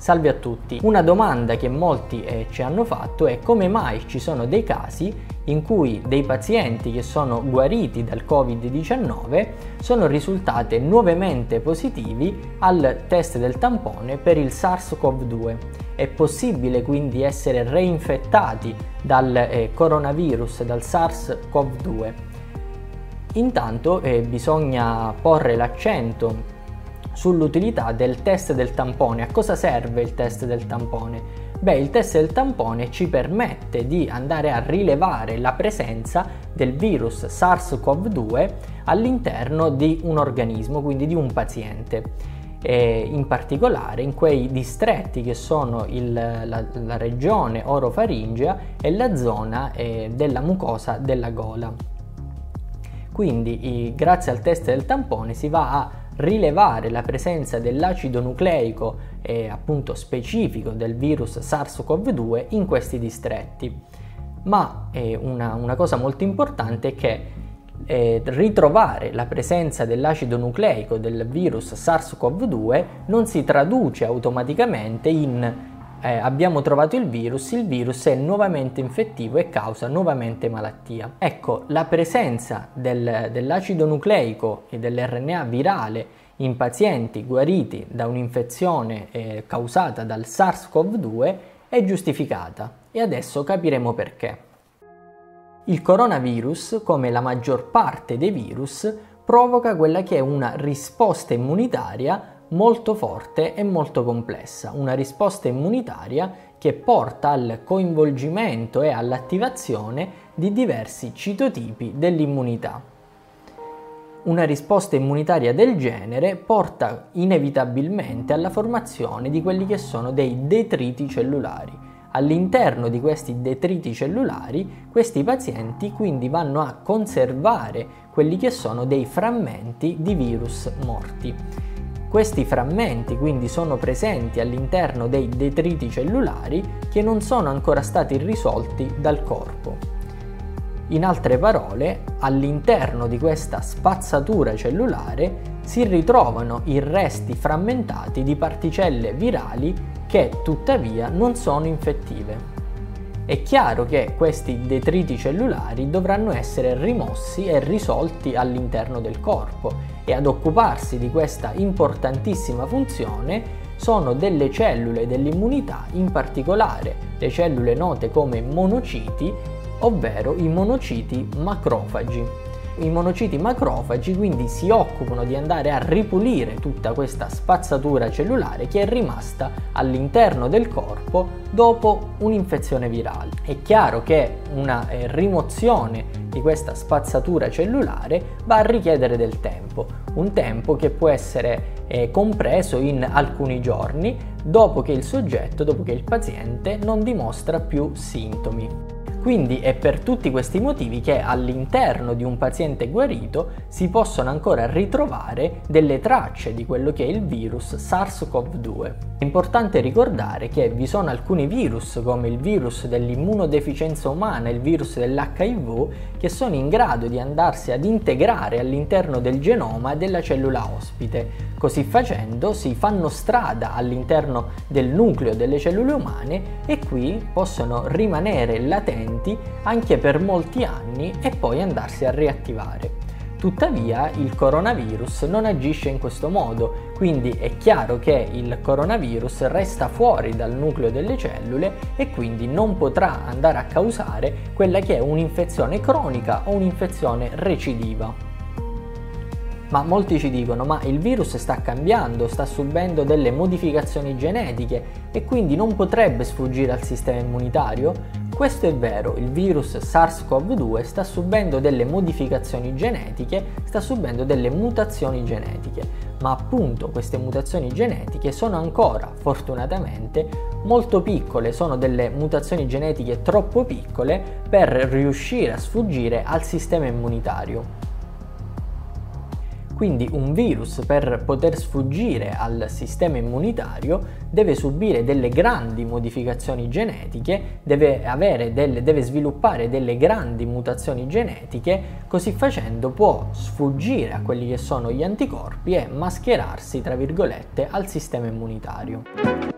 Salve a tutti. Una domanda che molti ci hanno fatto è come mai ci sono dei casi in cui dei pazienti che sono guariti dal Covid-19 sono risultati nuovamente positivi al test del tampone per il SARS-CoV-2. È possibile quindi essere reinfettati dal coronavirus, dal SARS-CoV-2? Intanto bisogna porre l'accento sull'utilità del test del tampone. A cosa serve il test del tampone? Beh, il test del tampone ci permette di andare a rilevare la presenza del virus SARS-CoV-2 all'interno di un organismo, quindi di un paziente. In particolare in quei distretti che sono la regione orofaringea e la zona della mucosa della gola. Quindi grazie al test del tampone si va a rilevare la presenza dell'acido nucleico appunto specifico del virus SARS-CoV-2 in questi distretti. Ma una cosa molto importante è che ritrovare la presenza dell'acido nucleico del virus SARS-CoV-2 non si traduce automaticamente in abbiamo trovato il virus è nuovamente infettivo e causa nuovamente malattia. Ecco, la presenza dell'acido nucleico e dell'RNA virale in pazienti guariti da un'infezione causata dal SARS-CoV-2 è giustificata e adesso capiremo perché. Il coronavirus, come la maggior parte dei virus, provoca quella che è una risposta immunitaria molto forte e molto complessa, una risposta immunitaria che porta al coinvolgimento e all'attivazione di diversi citotipi dell'immunità. Una risposta immunitaria del genere porta inevitabilmente alla formazione di quelli che sono dei detriti cellulari. All'interno di questi detriti cellulari, questi pazienti quindi vanno a conservare quelli che sono dei frammenti di virus morti. Questi frammenti quindi sono presenti all'interno dei detriti cellulari che non sono ancora stati risolti dal corpo. In altre parole, all'interno di questa spazzatura cellulare si ritrovano i resti frammentati di particelle virali che tuttavia non sono infettive. È chiaro che questi detriti cellulari dovranno essere rimossi e risolti all'interno del corpo e ad occuparsi di questa importantissima funzione sono delle cellule dell'immunità, in particolare le cellule note come monociti, ovvero i monociti macrofagi. I monociti macrofagi quindi si occupano di andare a ripulire tutta questa spazzatura cellulare che è rimasta all'interno del corpo dopo un'infezione virale. È chiaro che una rimozione di questa spazzatura cellulare va a richiedere del tempo, un tempo che può essere compreso in alcuni giorni dopo che il paziente non dimostra più sintomi. Quindi è per tutti questi motivi che all'interno di un paziente guarito si possono ancora ritrovare delle tracce di quello che è il virus SARS-CoV-2. È importante ricordare che vi sono alcuni virus, come il virus dell'immunodeficienza umana e il virus dell'HIV, che sono in grado di andarsi ad integrare all'interno del genoma della cellula ospite. Così facendo si fanno strada all'interno del nucleo delle cellule umane e qui possono rimanere latenti anche per molti anni e poi andarsi a riattivare. Tuttavia il coronavirus non agisce in questo modo, quindi è chiaro che il coronavirus resta fuori dal nucleo delle cellule e quindi non potrà andare a causare quella che è un'infezione cronica o un'infezione recidiva. Ma molti ci dicono: ma il virus sta cambiando, sta subendo delle modificazioni genetiche e quindi non potrebbe sfuggire al sistema immunitario? Questo è vero, il virus SARS-CoV-2 sta subendo delle modificazioni genetiche, sta subendo delle mutazioni genetiche, ma appunto queste mutazioni genetiche sono ancora, fortunatamente, molto piccole, sono delle mutazioni genetiche troppo piccole per riuscire a sfuggire al sistema immunitario. Quindi un virus, per poter sfuggire al sistema immunitario, deve subire delle grandi modificazioni genetiche, deve sviluppare delle grandi mutazioni genetiche, così facendo può sfuggire a quelli che sono gli anticorpi e mascherarsi, tra virgolette, al sistema immunitario.